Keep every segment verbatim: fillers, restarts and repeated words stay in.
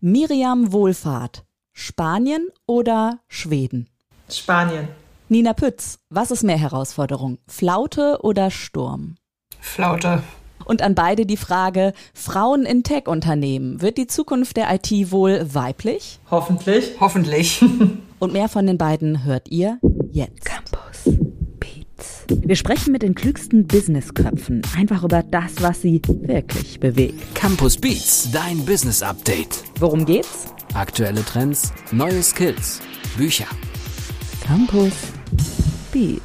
Miriam Wohlfahrt, Spanien oder Schweden? Spanien. Nina Pütz, was ist mehr Herausforderung, Flaute oder Sturm? Flaute. Und an beide die Frage, Frauen in Tech-Unternehmen, wird die Zukunft der I T wohl weiblich? Hoffentlich. Hoffentlich. Und mehr von den beiden hört ihr jetzt. Campus Beats. Wir sprechen mit den klügsten Businessköpfen einfach über das, was sie wirklich bewegt. Campus Beats, dein Business Update. Worum geht's? Aktuelle Trends, neue Skills, Bücher. Campus Beats.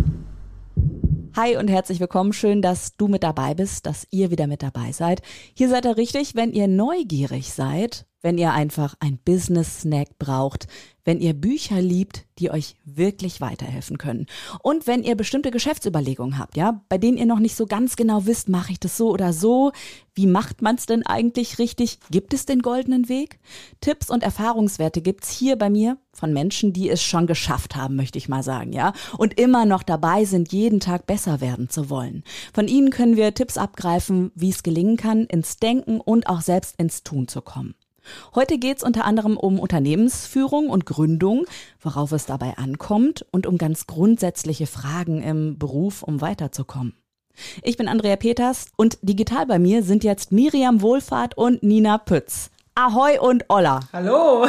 Hi und herzlich willkommen. Schön, dass du mit dabei bist, dass ihr wieder mit dabei seid. Hier seid ihr richtig, wenn ihr neugierig seid, wenn ihr einfach ein Business-Snack braucht, wenn ihr Bücher liebt, die euch wirklich weiterhelfen können. Und wenn ihr bestimmte Geschäftsüberlegungen habt, ja, bei denen ihr noch nicht so ganz genau wisst, mache ich das so oder so? Wie macht man es denn eigentlich richtig? Gibt es den goldenen Weg? Tipps und Erfahrungswerte gibt's hier bei mir von Menschen, die es schon geschafft haben, möchte ich mal sagen, ja, und immer noch dabei sind, jeden Tag besser werden zu wollen. Von ihnen können wir Tipps abgreifen, wie es gelingen kann, ins Denken und auch selbst ins Tun zu kommen. Heute geht's unter anderem um Unternehmensführung und Gründung, worauf es dabei ankommt und um ganz grundsätzliche Fragen im Beruf, um weiterzukommen. Ich bin Andrea Peters und digital bei mir sind jetzt Miriam Wohlfahrt und Nina Pütz. Ahoi und Olla. Hallo.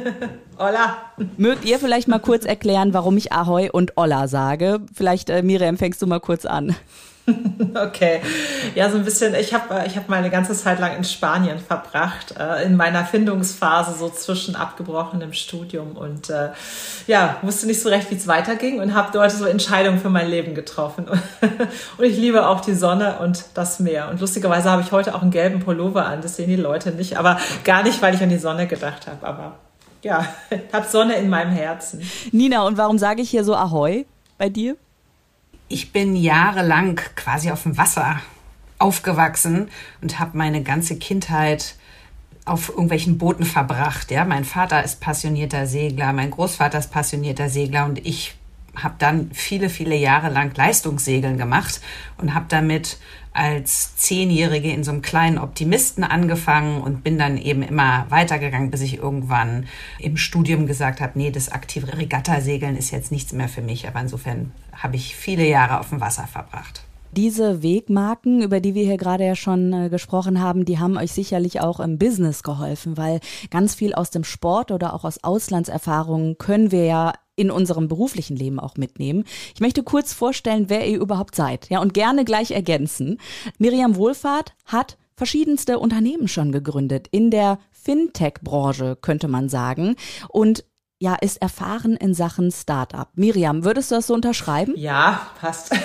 Olla. Mögt ihr vielleicht mal kurz erklären, warum ich Ahoi und Olla sage? Vielleicht, äh, Miriam, fängst du mal kurz an. Okay, ja, so ein bisschen, ich habe ich hab meine ganze Zeit lang in Spanien verbracht, äh, in meiner Findungsphase so zwischen abgebrochenem Studium und äh, ja, wusste nicht so recht, wie es weiterging und habe dort so Entscheidungen für mein Leben getroffen. Und ich liebe auch die Sonne und das Meer. Und lustigerweise habe ich heute auch einen gelben Pullover an, das sehen die Leute nicht, aber gar nicht, weil ich an die Sonne gedacht habe, aber ja, ich habe Sonne in meinem Herzen. Nina, und warum sage ich hier so Ahoi bei dir? Ich bin jahrelang quasi auf dem Wasser aufgewachsen und habe meine ganze Kindheit auf irgendwelchen Booten verbracht. Ja, mein Vater ist passionierter Segler, mein Großvater ist passionierter Segler und ich habe dann viele, viele Jahre lang Leistungssegeln gemacht und habe damit als Zehnjährige in so einem kleinen Optimisten angefangen und bin dann eben immer weitergegangen, bis ich irgendwann im Studium gesagt habe, nee, das aktive Regattasegeln ist jetzt nichts mehr für mich. Aber insofern habe ich viele Jahre auf dem Wasser verbracht. Diese Wegmarken, über die wir hier gerade ja schon äh, gesprochen haben, die haben euch sicherlich auch im Business geholfen, weil ganz viel aus dem Sport oder auch aus Auslandserfahrungen können wir ja in unserem beruflichen Leben auch mitnehmen. Ich möchte kurz vorstellen, wer ihr überhaupt seid, ja, und gerne gleich ergänzen. Miriam Wohlfahrt hat verschiedenste Unternehmen schon gegründet, in der Fintech-Branche, könnte man sagen, und ja, ist erfahren in Sachen Startup. Miriam, würdest du das so unterschreiben? Ja, passt.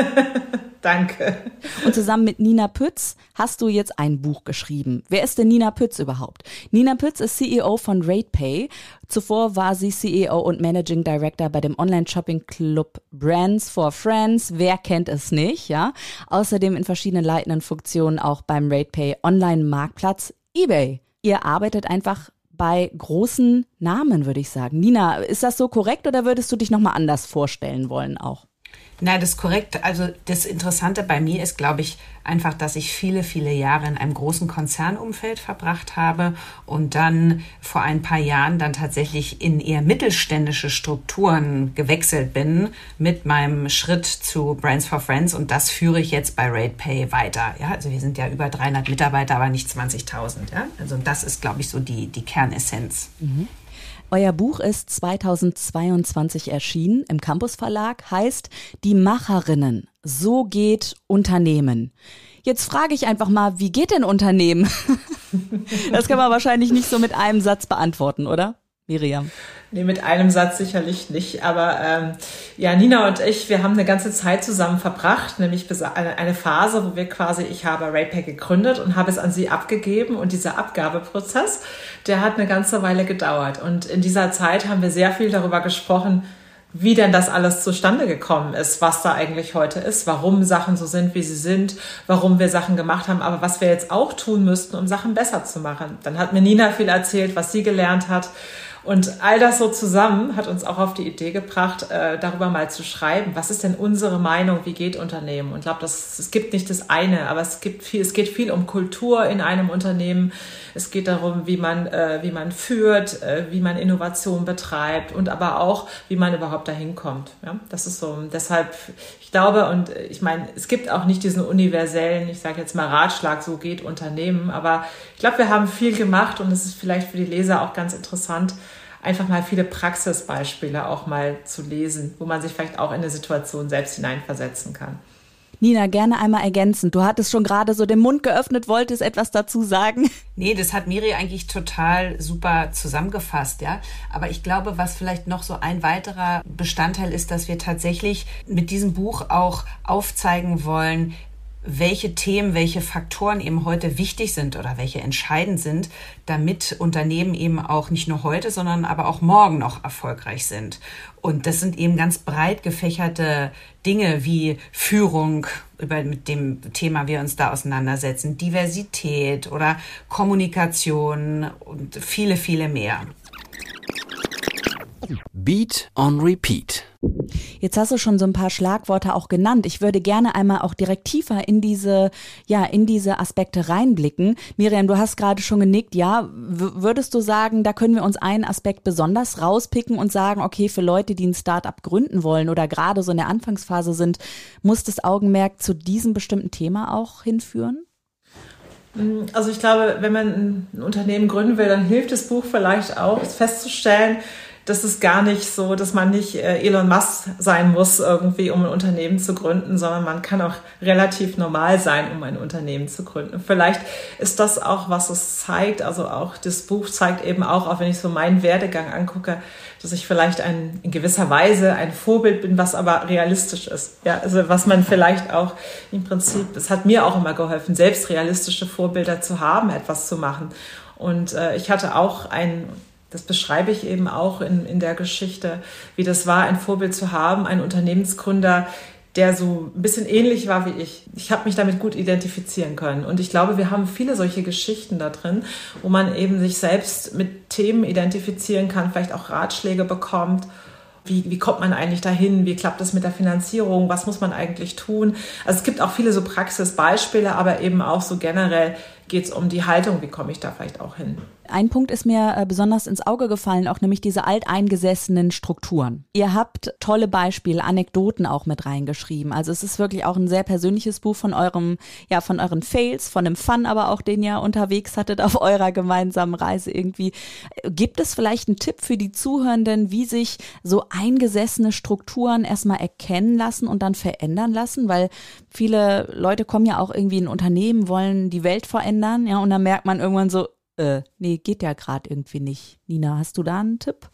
Danke. Und zusammen mit Nina Pütz hast du jetzt ein Buch geschrieben. Wer ist denn Nina Pütz überhaupt? Nina Pütz ist C E O von RatePay. Zuvor war sie C E O und Managing Director bei dem Online-Shopping-Club Brands for Friends. Wer kennt es nicht, ja? Außerdem in verschiedenen leitenden Funktionen auch beim RatePay Online-Marktplatz eBay. Ihr arbeitet einfach bei großen Namen, würde ich sagen. Nina, ist das so korrekt oder würdest du dich nochmal anders vorstellen wollen auch? Nein, das ist korrekt. Also das Interessante bei mir ist, glaube ich, einfach, dass ich viele, viele Jahre in einem großen Konzernumfeld verbracht habe und dann vor ein paar Jahren dann tatsächlich in eher mittelständische Strukturen gewechselt bin mit meinem Schritt zu Brands for Friends und das führe ich jetzt bei RatePay weiter. Ja, also wir sind ja über dreihundert Mitarbeiter, aber nicht zwanzigtausend. Ja? Also das ist, glaube ich, so die, die Kernessenz. Mhm. Euer Buch ist zweitausendzweiundzwanzig erschienen im Campus Verlag, heißt Die Macherinnen. So geht Unternehmen. Jetzt frage ich einfach mal, wie geht denn Unternehmen? Das kann man wahrscheinlich nicht so mit einem Satz beantworten, oder? Miriam? Nee, mit einem Satz sicherlich nicht. Aber ähm, ja, Nina und ich, wir haben eine ganze Zeit zusammen verbracht, nämlich bis eine, eine Phase, wo wir quasi, ich habe RatePay gegründet und habe es an sie abgegeben. Und dieser Abgabeprozess, der hat eine ganze Weile gedauert. Und in dieser Zeit haben wir sehr viel darüber gesprochen, wie denn das alles zustande gekommen ist, was da eigentlich heute ist, warum Sachen so sind, wie sie sind, warum wir Sachen gemacht haben, aber was wir jetzt auch tun müssten, um Sachen besser zu machen. Dann hat mir Nina viel erzählt, was sie gelernt hat. Und all das so zusammen hat uns auch auf die Idee gebracht, äh, darüber mal zu schreiben, was ist denn unsere Meinung, wie geht Unternehmen? Und ich glaube, es gibt nicht das eine, aber es gibt viel, es geht viel um Kultur in einem Unternehmen. Es geht darum, wie man, äh, wie man führt, äh, wie man Innovation betreibt und aber auch, wie man überhaupt dahin kommt. Ja? Das ist so, deshalb, ich glaube, und ich meine, es gibt auch nicht diesen universellen, ich sage jetzt mal Ratschlag, so geht Unternehmen, aber ich glaube, wir haben viel gemacht und es ist vielleicht für die Leser auch ganz interessant, einfach mal viele Praxisbeispiele auch mal zu lesen, wo man sich vielleicht auch in eine Situation selbst hineinversetzen kann. Nina, gerne einmal ergänzen. Du hattest schon gerade so den Mund geöffnet, wolltest etwas dazu sagen. Nee, das hat Miri eigentlich total super zusammengefasst, ja. Aber ich glaube, was vielleicht noch so ein weiterer Bestandteil ist, dass wir tatsächlich mit diesem Buch auch aufzeigen wollen, welche Themen, welche Faktoren eben heute wichtig sind oder welche entscheidend sind, damit Unternehmen eben auch nicht nur heute, sondern aber auch morgen noch erfolgreich sind. Und das sind eben ganz breit gefächerte Dinge wie Führung, über, mit dem Thema wir uns da auseinandersetzen, Diversität oder Kommunikation und viele, viele mehr. Beat on Repeat. Jetzt hast du schon so ein paar Schlagworte auch genannt. Ich würde gerne einmal auch direkt tiefer in diese, ja, in diese Aspekte reinblicken. Miriam, du hast gerade schon genickt. Ja, w- würdest du sagen, da können wir uns einen Aspekt besonders rauspicken und sagen, okay, für Leute, die ein Start-up gründen wollen oder gerade so in der Anfangsphase sind, muss das Augenmerk zu diesem bestimmten Thema auch hinführen? Also ich glaube, wenn man ein Unternehmen gründen will, dann hilft das Buch vielleicht auch, festzustellen, das ist gar nicht so, dass man nicht Elon Musk sein muss irgendwie, um ein Unternehmen zu gründen, sondern man kann auch relativ normal sein, um ein Unternehmen zu gründen. Vielleicht ist das auch, was es zeigt, also auch das Buch zeigt eben auch, auch wenn ich so meinen Werdegang angucke, dass ich vielleicht ein, in gewisser Weise ein Vorbild bin, was aber realistisch ist. Ja, also was man vielleicht auch im Prinzip, es hat mir auch immer geholfen, selbst realistische Vorbilder zu haben, etwas zu machen. Und äh, ich hatte auch ein Das beschreibe ich eben auch in, in der Geschichte, wie das war, ein Vorbild zu haben, ein Unternehmensgründer, der so ein bisschen ähnlich war wie ich. Ich habe mich damit gut identifizieren können. Und ich glaube, wir haben viele solche Geschichten da drin, wo man eben sich selbst mit Themen identifizieren kann, vielleicht auch Ratschläge bekommt. Wie, wie kommt man eigentlich dahin? Wie klappt das mit der Finanzierung? Was muss man eigentlich tun? Also es gibt auch viele so Praxisbeispiele, aber eben auch so generell geht es um die Haltung. Wie komme ich da vielleicht auch hin? Ein Punkt ist mir besonders ins Auge gefallen, auch nämlich diese alteingesessenen Strukturen. Ihr habt tolle Beispiele, Anekdoten auch mit reingeschrieben. Also es ist wirklich auch ein sehr persönliches Buch von eurem, ja, von euren Fails, von dem Fun, aber auch den ihr unterwegs hattet auf eurer gemeinsamen Reise irgendwie. Gibt es vielleicht einen Tipp für die Zuhörenden, wie sich so eingesessene Strukturen erstmal erkennen lassen und dann verändern lassen? Weil viele Leute kommen ja auch irgendwie in Unternehmen, wollen die Welt verändern, ja, und dann merkt man irgendwann so, Äh, nee, geht ja gerade irgendwie nicht. Nina, hast du da einen Tipp?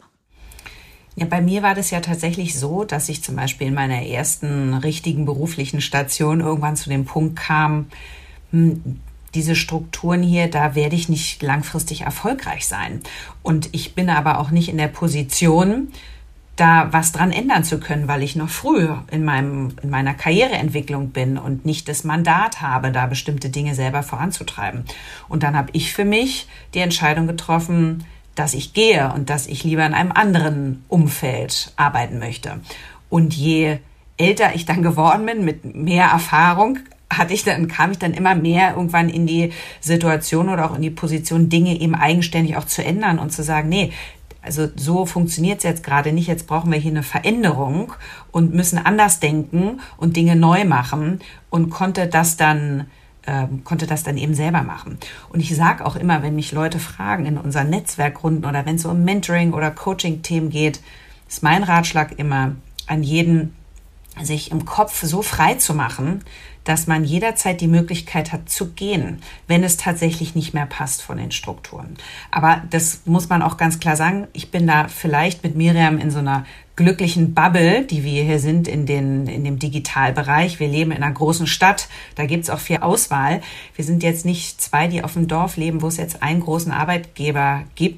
Ja, bei mir war das ja tatsächlich so, dass ich zum Beispiel in meiner ersten richtigen beruflichen Station irgendwann zu dem Punkt kam, hm, diese Strukturen hier, da werde ich nicht langfristig erfolgreich sein. Und ich bin aber auch nicht in der Position, da was dran ändern zu können, weil ich noch früh in meinem, in meiner Karriereentwicklung bin und nicht das Mandat habe, da bestimmte Dinge selber voranzutreiben. Und dann habe ich für mich die Entscheidung getroffen, dass ich gehe und dass ich lieber in einem anderen Umfeld arbeiten möchte. Und je älter ich dann geworden bin, mit mehr Erfahrung, hatte ich dann, kam ich dann immer mehr irgendwann in die Situation oder auch in die Position, Dinge eben eigenständig auch zu ändern und zu sagen, nee, also so funktioniert es jetzt gerade nicht. Jetzt brauchen wir hier eine Veränderung und müssen anders denken und Dinge neu machen und konnte das dann äh, konnte das dann eben selber machen. Und ich sage auch immer, wenn mich Leute fragen in unseren Netzwerkrunden oder wenn es um Mentoring oder Coaching-Themen geht, ist mein Ratschlag immer an jeden, sich im Kopf so frei zu machen, dass man jederzeit die Möglichkeit hat zu gehen, wenn es tatsächlich nicht mehr passt von den Strukturen. Aber das muss man auch ganz klar sagen, ich bin da vielleicht mit Miriam in so einer glücklichen Bubble, die wir hier sind in, den, in dem Digitalbereich. Wir leben in einer großen Stadt, da gibt's auch viel Auswahl. Wir sind jetzt nicht zwei, die auf dem Dorf leben, wo es jetzt einen großen Arbeitgeber gibt,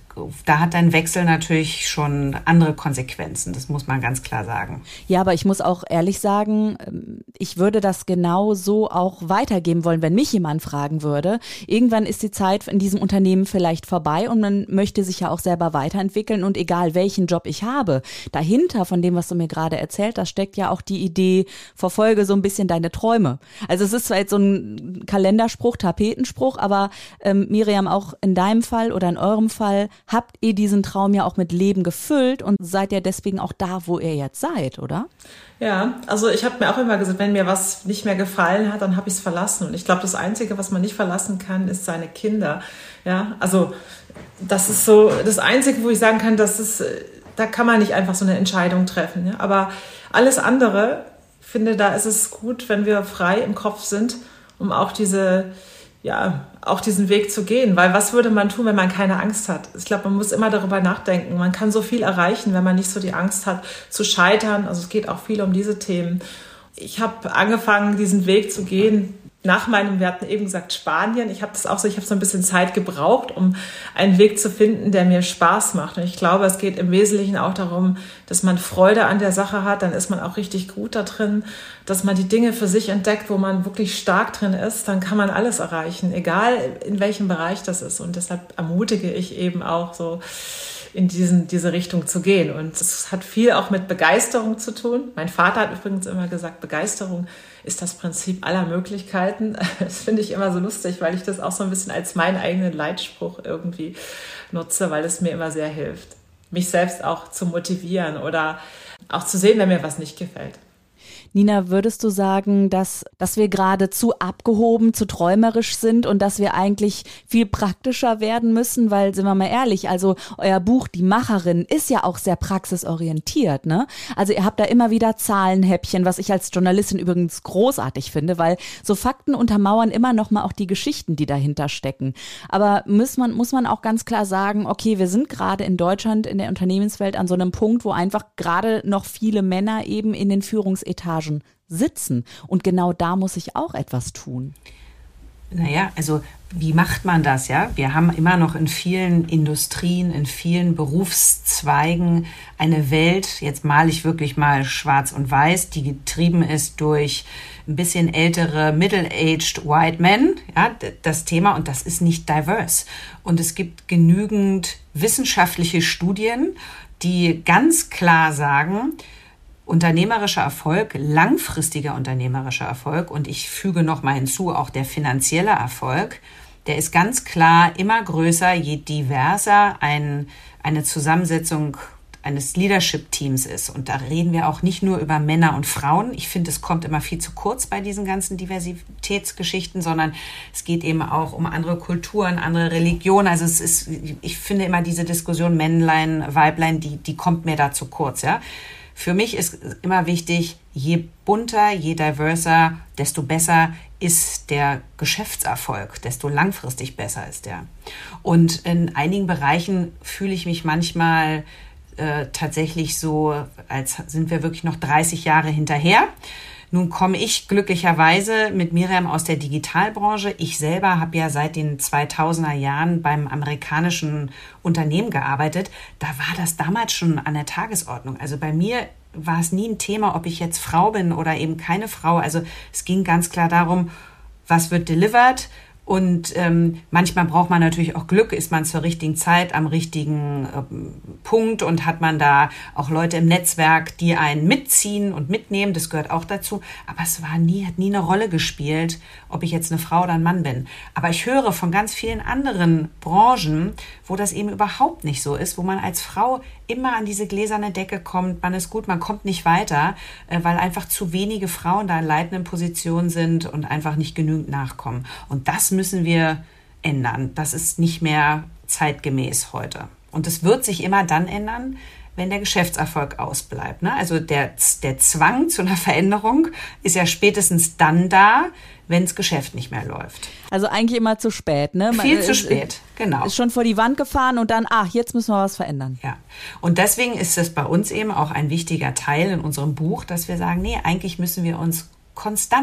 da hat dein Wechsel natürlich schon andere Konsequenzen, das muss man ganz klar sagen. Ja, aber ich muss auch ehrlich sagen, ich würde das genau so auch weitergeben wollen, wenn mich jemand fragen würde. Irgendwann ist die Zeit in diesem Unternehmen vielleicht vorbei und man möchte sich ja auch selber weiterentwickeln und egal welchen Job ich habe, dahinter von dem, was du mir gerade erzählt hast, steckt ja auch die Idee, verfolge so ein bisschen deine Träume. Also es ist zwar jetzt so ein Kalenderspruch, Tapetenspruch, aber ähm, Miriam, auch in deinem Fall oder in eurem Fall, habt ihr diesen Traum ja auch mit Leben gefüllt und seid ja deswegen auch da, wo ihr jetzt seid, oder? Ja, also ich habe mir auch immer gesagt, wenn mir was nicht mehr gefallen hat, dann habe ich es verlassen. Und ich glaube, das Einzige, was man nicht verlassen kann, ist seine Kinder. Ja, also das ist so das Einzige, wo ich sagen kann, das ist, da kann man nicht einfach so eine Entscheidung treffen. Ja? Aber alles andere, ich finde, da ist es gut, wenn wir frei im Kopf sind, um auch diese ja, auch diesen Weg zu gehen. Weil was würde man tun, wenn man keine Angst hat? Ich glaube, man muss immer darüber nachdenken. Man kann so viel erreichen, wenn man nicht so die Angst hat, zu scheitern. Also es geht auch viel um diese Themen. Ich habe angefangen, diesen Weg zu gehen. Nach meinem, wir hatten eben gesagt, Spanien. Ich habe das auch so, ich habe so ein bisschen Zeit gebraucht, um einen Weg zu finden, der mir Spaß macht. Und ich glaube, es geht im Wesentlichen auch darum, dass man Freude an der Sache hat. Dann ist man auch richtig gut da drin, dass man die Dinge für sich entdeckt, wo man wirklich stark drin ist. Dann kann man alles erreichen, egal in welchem Bereich das ist. Und deshalb ermutige ich eben auch so, in diesen, diese Richtung zu gehen. Und es hat viel auch mit Begeisterung zu tun. Mein Vater hat übrigens immer gesagt, Begeisterung ist das Prinzip aller Möglichkeiten. Das finde ich immer so lustig, weil ich das auch so ein bisschen als meinen eigenen Leitspruch irgendwie nutze, weil es mir immer sehr hilft, mich selbst auch zu motivieren oder auch zu sehen, wenn mir was nicht gefällt. Nina, würdest du sagen, dass, dass wir gerade zu abgehoben, zu träumerisch sind und dass wir eigentlich viel praktischer werden müssen? Weil, sind wir mal ehrlich, also euer Buch Die Macherin ist ja auch sehr praxisorientiert, ne? Also ihr habt da immer wieder Zahlenhäppchen, was ich als Journalistin übrigens großartig finde, weil so Fakten untermauern immer noch mal auch die Geschichten, die dahinter stecken. Aber muss man, muss man auch ganz klar sagen, okay, wir sind gerade in Deutschland in der Unternehmenswelt an so einem Punkt, wo einfach gerade noch viele Männer eben in den Führungsetagen sitzen. Und genau da muss ich auch etwas tun. Naja, also wie macht man das, ja? Wir haben immer noch in vielen Industrien, in vielen Berufszweigen eine Welt, jetzt male ich wirklich mal schwarz und weiß, die getrieben ist durch ein bisschen ältere, middle-aged white men, ja, das Thema, und das ist nicht diverse. Und es gibt genügend wissenschaftliche Studien, die ganz klar sagen, unternehmerischer Erfolg, langfristiger unternehmerischer Erfolg, und ich füge noch mal hinzu, auch der finanzielle Erfolg, der ist ganz klar immer größer, je diverser ein, eine Zusammensetzung eines Leadership-Teams ist. Und da reden wir auch nicht nur über Männer und Frauen. Ich finde, es kommt immer viel zu kurz bei diesen ganzen Diversitätsgeschichten, sondern es geht eben auch um andere Kulturen, andere Religionen. Also es ist, ich finde immer diese Diskussion Männlein, Weiblein, die, die kommt mir da zu kurz, ja. Für mich ist immer wichtig, je bunter, je diverser, desto besser ist der Geschäftserfolg, desto langfristig besser ist der. Und in einigen Bereichen fühle ich mich manchmal äh, tatsächlich so, als sind wir wirklich noch dreißig Jahre hinterher. Nun komme ich glücklicherweise mit Miriam aus der Digitalbranche. Ich selber habe ja seit den zweitausender Jahren beim amerikanischen Unternehmen gearbeitet. Da war das damals schon an der Tagesordnung. Also bei mir war es nie ein Thema, ob ich jetzt Frau bin oder eben keine Frau. Also es ging ganz klar darum, was wird delivered. Und ähm, manchmal braucht man natürlich auch Glück, ist man zur richtigen Zeit am richtigen ähm, Punkt und hat man da auch Leute im Netzwerk, die einen mitziehen und mitnehmen, das gehört auch dazu. Aber es war nie, hat nie eine Rolle gespielt, ob ich jetzt eine Frau oder ein Mann bin. Aber ich höre von ganz vielen anderen Branchen, wo das eben überhaupt nicht so ist, wo man als Frau immer an diese gläserne Decke kommt, man ist gut, man kommt nicht weiter, weil einfach zu wenige Frauen da in leitenden Positionen sind und einfach nicht genügend nachkommen. Und das müssen wir ändern. Das ist nicht mehr zeitgemäß heute. Und es wird sich immer dann ändern, wenn der Geschäftserfolg ausbleibt. Ne? Also der, der Zwang zu einer Veränderung ist ja spätestens dann da, wenn das Geschäft nicht mehr läuft. Also eigentlich immer zu spät, ne? Man Viel ist, zu spät, genau. Ist schon vor die Wand gefahren und dann, ach, jetzt müssen wir was verändern. Ja, und deswegen ist es bei uns eben auch ein wichtiger Teil in unserem Buch, dass wir sagen, nee, eigentlich müssen wir uns konstant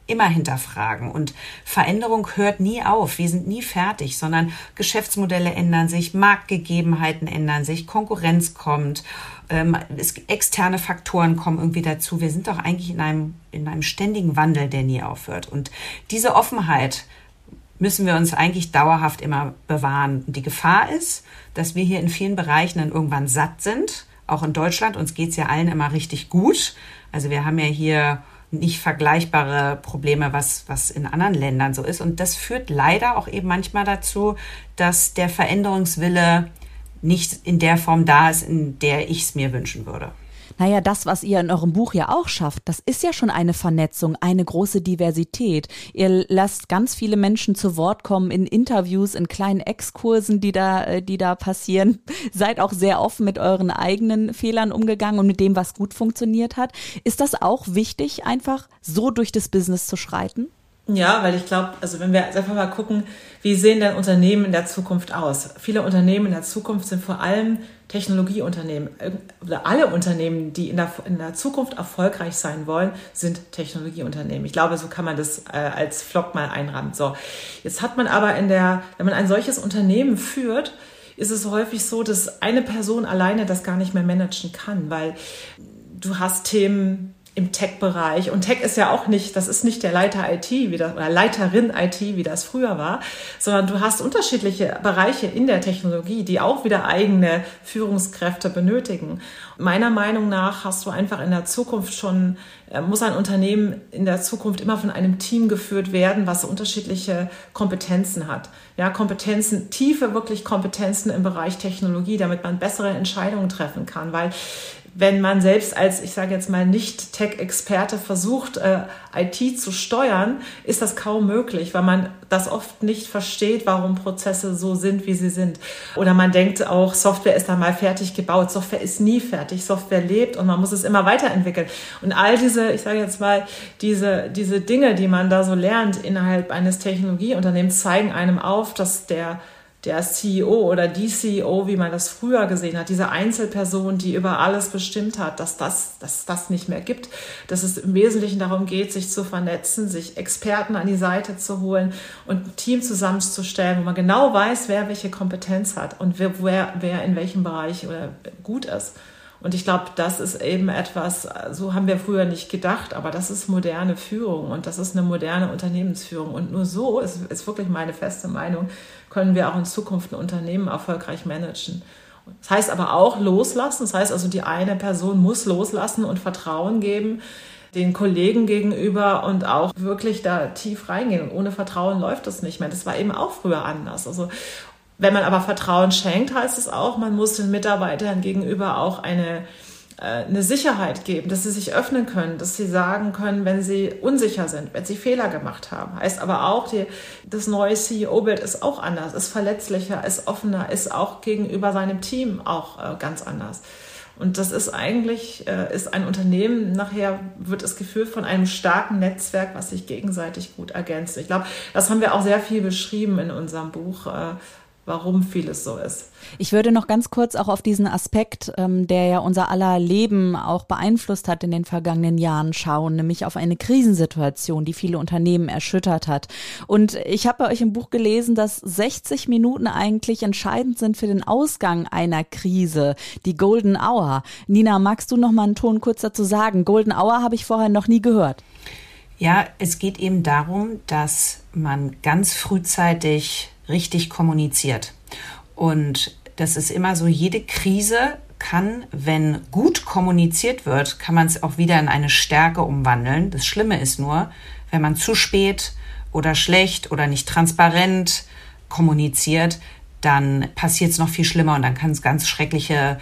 immer hinterfragen. Und Veränderung hört nie auf. Wir sind nie fertig, sondern Geschäftsmodelle ändern sich, Marktgegebenheiten ändern sich, Konkurrenz kommt, ähm, es, externe Faktoren kommen irgendwie dazu. Wir sind doch eigentlich in einem, in einem ständigen Wandel, der nie aufhört. Und diese Offenheit müssen wir uns eigentlich dauerhaft immer bewahren. Und die Gefahr ist, dass wir hier in vielen Bereichen dann irgendwann satt sind. Auch in Deutschland, uns geht's ja allen immer richtig gut. Also wir haben ja hier nicht vergleichbare Probleme, was, was in anderen Ländern so ist. Und das führt leider auch eben manchmal dazu, dass der Veränderungswille nicht in der Form da ist, in der ich es mir wünschen würde. Naja, das, was ihr in eurem Buch ja auch schafft, das ist ja schon eine Vernetzung, eine große Diversität. Ihr lasst ganz viele Menschen zu Wort kommen in Interviews, in kleinen Exkursen, die da, die da passieren. Seid auch sehr offen mit euren eigenen Fehlern umgegangen und mit dem, was gut funktioniert hat. Ist das auch wichtig, einfach so durch das Business zu schreiten? Ja, weil ich glaube, also wenn wir einfach mal gucken, wie sehen denn Unternehmen in der Zukunft aus? Viele Unternehmen in der Zukunft sind vor allem Technologieunternehmen. Oder alle Unternehmen, die in der, in der Zukunft erfolgreich sein wollen, sind Technologieunternehmen. Ich glaube, so kann man das äh, als Vlog mal einrahmen. So, jetzt hat man aber in der, wenn man ein solches Unternehmen führt, ist es häufig so, dass eine Person alleine das gar nicht mehr managen kann, weil du hast Themen im Tech-Bereich. Und Tech ist ja auch nicht, das ist nicht der Leiter I T wie das, oder Leiterin I T, wie das früher war, sondern du hast unterschiedliche Bereiche in der Technologie, die auch wieder eigene Führungskräfte benötigen. Meiner Meinung nach hast du einfach in der Zukunft schon, muss ein Unternehmen in der Zukunft immer von einem Team geführt werden, was unterschiedliche Kompetenzen hat. Ja, Kompetenzen, tiefe wirklich Kompetenzen im Bereich Technologie, damit man bessere Entscheidungen treffen kann, weil wenn man selbst als, ich sage jetzt mal, Nicht-Tech-Experte versucht, äh, I T zu steuern, ist das kaum möglich, weil man das oft nicht versteht, warum Prozesse so sind, wie sie sind. Oder man denkt auch, Software ist dann mal fertig gebaut. Software ist nie fertig. Software lebt und man muss es immer weiterentwickeln. Und all diese, ich sage jetzt mal, diese, diese Dinge, die man da so lernt innerhalb eines Technologieunternehmens, zeigen einem auf, dass der der C E O oder die C E O, wie man das früher gesehen hat, diese Einzelperson, die über alles bestimmt hat, dass das, dass das nicht mehr gibt, dass es im Wesentlichen darum geht, sich zu vernetzen, sich Experten an die Seite zu holen und ein Team zusammenzustellen, wo man genau weiß, wer welche Kompetenz hat und wer, wer, wer in welchem Bereich oder gut ist. Und ich glaube, das ist eben etwas, so haben wir früher nicht gedacht, aber das ist moderne Führung und das ist eine moderne Unternehmensführung. Und nur so, ist, ist wirklich meine feste Meinung, können wir auch in Zukunft ein Unternehmen erfolgreich managen. Das heißt aber auch loslassen, das heißt also, die eine Person muss loslassen und Vertrauen geben den Kollegen gegenüber und auch wirklich da tief reingehen. Und ohne Vertrauen läuft das nicht mehr. Das war eben auch früher anders. Also wenn man aber Vertrauen schenkt, heißt es auch, man muss den Mitarbeitern gegenüber auch eine, äh, eine Sicherheit geben, dass sie sich öffnen können, dass sie sagen können, wenn sie unsicher sind, wenn sie Fehler gemacht haben. Heißt aber auch, die, das neue C E O-Bild ist auch anders, ist verletzlicher, ist offener, ist auch gegenüber seinem Team auch äh, ganz anders. Und das ist eigentlich, äh, ist ein Unternehmen, nachher wird es geführt von einem starken Netzwerk, was sich gegenseitig gut ergänzt. Ich glaube, das haben wir auch sehr viel beschrieben in unserem Buch, äh, warum vieles so ist. Ich würde noch ganz kurz auch auf diesen Aspekt, ähm, der ja unser aller Leben auch beeinflusst hat in den vergangenen Jahren, schauen, nämlich auf eine Krisensituation, die viele Unternehmen erschüttert hat. Und ich habe bei euch im Buch gelesen, dass sechzig Minuten eigentlich entscheidend sind für den Ausgang einer Krise, die Golden Hour. Nina, magst du noch mal einen Ton kurz dazu sagen? Golden Hour habe ich vorher noch nie gehört. Ja, es geht eben darum, dass man ganz frühzeitig richtig kommuniziert. Und das ist immer so, jede Krise kann, wenn gut kommuniziert wird, kann man es auch wieder in eine Stärke umwandeln. Das Schlimme ist nur, wenn man zu spät oder schlecht oder nicht transparent kommuniziert, dann passiert es noch viel schlimmer und dann kann es ganz schreckliche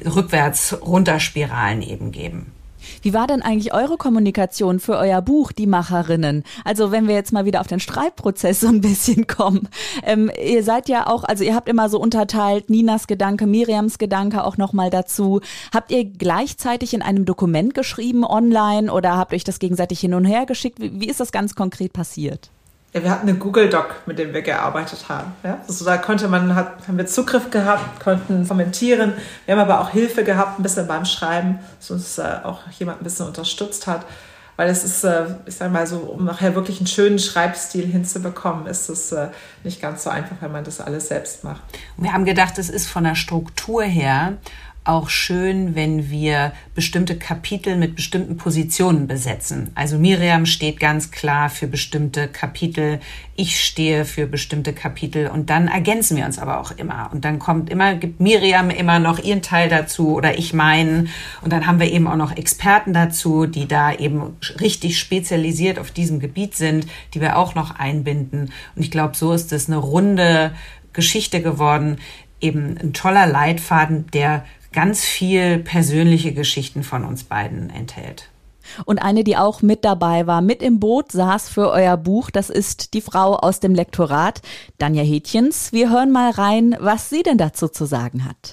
Rückwärts-Runterspiralen eben geben. Wie war denn eigentlich eure Kommunikation für euer Buch, Die Macherinnen? Also wenn wir jetzt mal wieder auf den Schreibprozess so ein bisschen kommen. Ähm, ihr seid ja auch, also ihr habt immer so unterteilt, Ninas Gedanke, Miriams Gedanke auch nochmal dazu. Habt ihr gleichzeitig in einem Dokument geschrieben, online, oder habt euch das gegenseitig hin und her geschickt? Wie, wie ist das ganz konkret passiert? Ja, wir hatten eine Google Doc, mit dem wir gearbeitet haben. Ja? Also da konnte man, hat, haben wir Zugriff gehabt, konnten kommentieren. Wir haben aber auch Hilfe gehabt, ein bisschen beim Schreiben, dass uns äh, auch jemand ein bisschen unterstützt hat. weil es ist, äh, ich sag mal so, um nachher wirklich einen schönen Schreibstil hinzubekommen, ist es äh, nicht ganz so einfach, wenn man das alles selbst macht. Wir haben gedacht, es ist von der Struktur her auch schön, wenn wir bestimmte Kapitel mit bestimmten Positionen besetzen. Also Miriam steht ganz klar für bestimmte Kapitel, ich stehe für bestimmte Kapitel und dann ergänzen wir uns aber auch immer. Und dann kommt immer, gibt Miriam immer noch ihren Teil dazu oder ich meinen. Und dann haben wir eben auch noch Experten dazu, die da eben richtig spezialisiert auf diesem Gebiet sind, die wir auch noch einbinden. Und ich glaube, so ist es eine runde Geschichte geworden, eben ein toller Leitfaden, der ganz viel persönliche Geschichten von uns beiden enthält. Und eine, die auch mit dabei war, mit im Boot saß für euer Buch, das ist die Frau aus dem Lektorat, Danja Hätjens. Wir hören mal rein, was sie denn dazu zu sagen hat.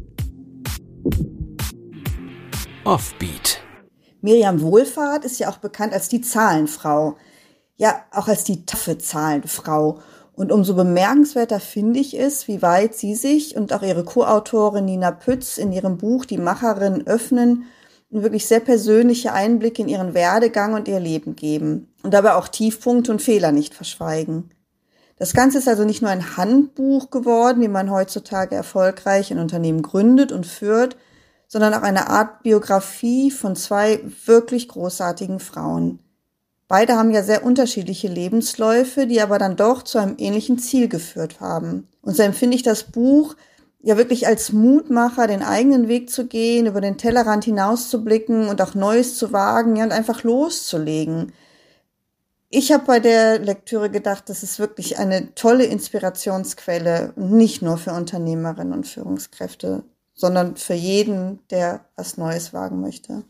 Offbeat. Miriam Wohlfahrt ist ja auch bekannt als die Zahlenfrau. Ja, auch als die taffe Zahlenfrau. Und umso bemerkenswerter finde ich es, wie weit sie sich und auch ihre Co-Autorin Nina Pütz in ihrem Buch Die Macherin öffnen und wirklich sehr persönliche Einblicke in ihren Werdegang und ihr Leben geben und dabei auch Tiefpunkte und Fehler nicht verschweigen. Das Ganze ist also nicht nur ein Handbuch geworden, wie man heutzutage erfolgreich ein Unternehmen gründet und führt, sondern auch eine Art Biografie von zwei wirklich großartigen Frauen. Beide haben ja sehr unterschiedliche Lebensläufe, die aber dann doch zu einem ähnlichen Ziel geführt haben. Und so empfinde ich das Buch ja wirklich als Mutmacher, den eigenen Weg zu gehen, über den Tellerrand hinauszublicken und auch Neues zu wagen, ja, und einfach loszulegen. Ich habe bei der Lektüre gedacht, das ist wirklich eine tolle Inspirationsquelle, nicht nur für Unternehmerinnen und Führungskräfte, sondern für jeden, der was Neues wagen möchte.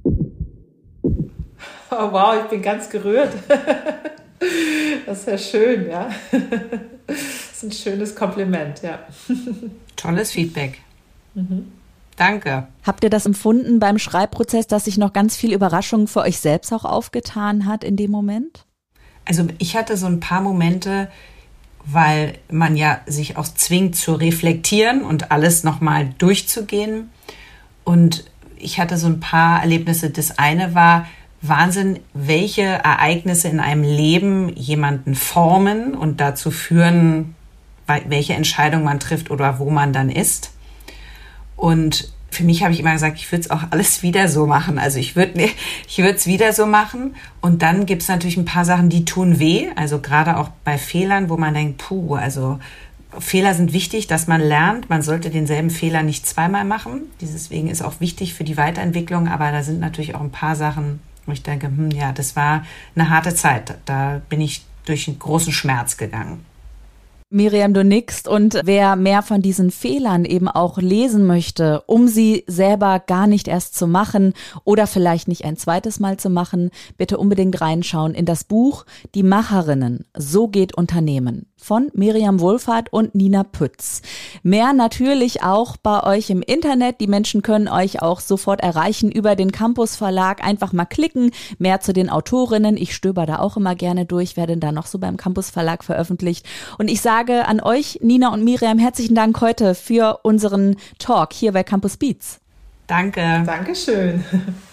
Oh wow, ich bin ganz gerührt. Das ist ja schön, ja. Das ist ein schönes Kompliment, ja. Tolles Feedback. Mhm. Danke. Habt ihr das empfunden beim Schreibprozess, dass sich noch ganz viel Überraschung für euch selbst auch aufgetan hat in dem Moment? Also ich hatte so ein paar Momente, weil man ja sich auch zwingt zu reflektieren und alles nochmal durchzugehen. Und ich hatte so ein paar Erlebnisse. Das eine war, Wahnsinn, welche Ereignisse in einem Leben jemanden formen und dazu führen, welche Entscheidung man trifft oder wo man dann ist. Und für mich habe ich immer gesagt, ich würde es auch alles wieder so machen. Also ich würde ich würde es wieder so machen. Und dann gibt es natürlich ein paar Sachen, die tun weh. Also gerade auch bei Fehlern, wo man denkt, puh, also Fehler sind wichtig, dass man lernt. Man sollte denselben Fehler nicht zweimal machen. Deswegen ist auch wichtig für die Weiterentwicklung. Aber da sind natürlich auch ein paar Sachen, wo ich denke, hm, ja, das war eine harte Zeit. Da bin ich durch einen großen Schmerz gegangen. Miriam, du nickst, und wer mehr von diesen Fehlern eben auch lesen möchte, um sie selber gar nicht erst zu machen oder vielleicht nicht ein zweites Mal zu machen, bitte unbedingt reinschauen in das Buch Die Macherinnen, so geht Unternehmen von Miriam Wohlfahrt und Nina Pütz. Mehr natürlich auch bei euch im Internet. Die Menschen können euch auch sofort erreichen über den Campus Verlag. Einfach mal klicken. Mehr zu den Autorinnen. Ich stöber da auch immer gerne durch, wer denn da noch so beim Campus Verlag veröffentlicht. Und ich sage an euch, Nina und Miriam, herzlichen Dank heute für unseren Talk hier bei Campus Beats. Danke. Dankeschön.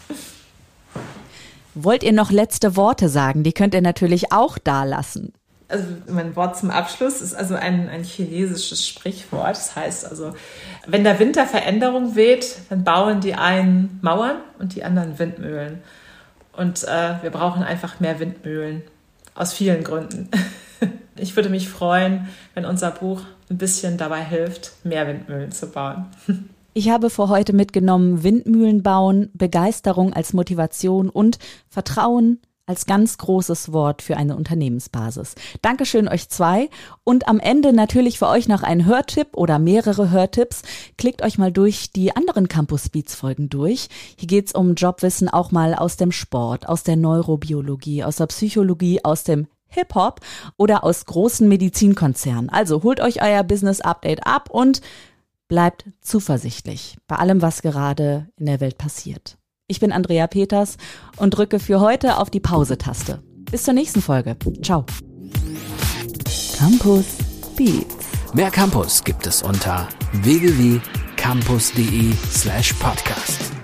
Wollt ihr noch letzte Worte sagen? Die könnt ihr natürlich auch da lassen. Also mein Wort zum Abschluss ist also ein, ein chinesisches Sprichwort. Das heißt also, wenn der Winter Veränderung weht, dann bauen die einen Mauern und die anderen Windmühlen. Und äh, wir brauchen einfach mehr Windmühlen, aus vielen Gründen. Ich würde mich freuen, wenn unser Buch ein bisschen dabei hilft, mehr Windmühlen zu bauen. Ich habe für heute mitgenommen, Windmühlen bauen, Begeisterung als Motivation und Vertrauen als ganz großes Wort für eine Unternehmensbasis. Dankeschön euch zwei. Und am Ende natürlich für euch noch ein Hörtipp oder mehrere Hörtipps. Klickt euch mal durch die anderen Campus Beats Folgen durch. Hier geht's um Jobwissen auch mal aus dem Sport, aus der Neurobiologie, aus der Psychologie, aus dem Hip-Hop oder aus großen Medizinkonzernen. Also holt euch euer Business Update ab und bleibt zuversichtlich bei allem, was gerade in der Welt passiert. Ich bin Andrea Peters und drücke für heute auf die Pause-Taste. Bis zur nächsten Folge. Ciao. Campus Beats. Mehr Campus gibt es unter w w w punkt campus punkt d e slash podcast.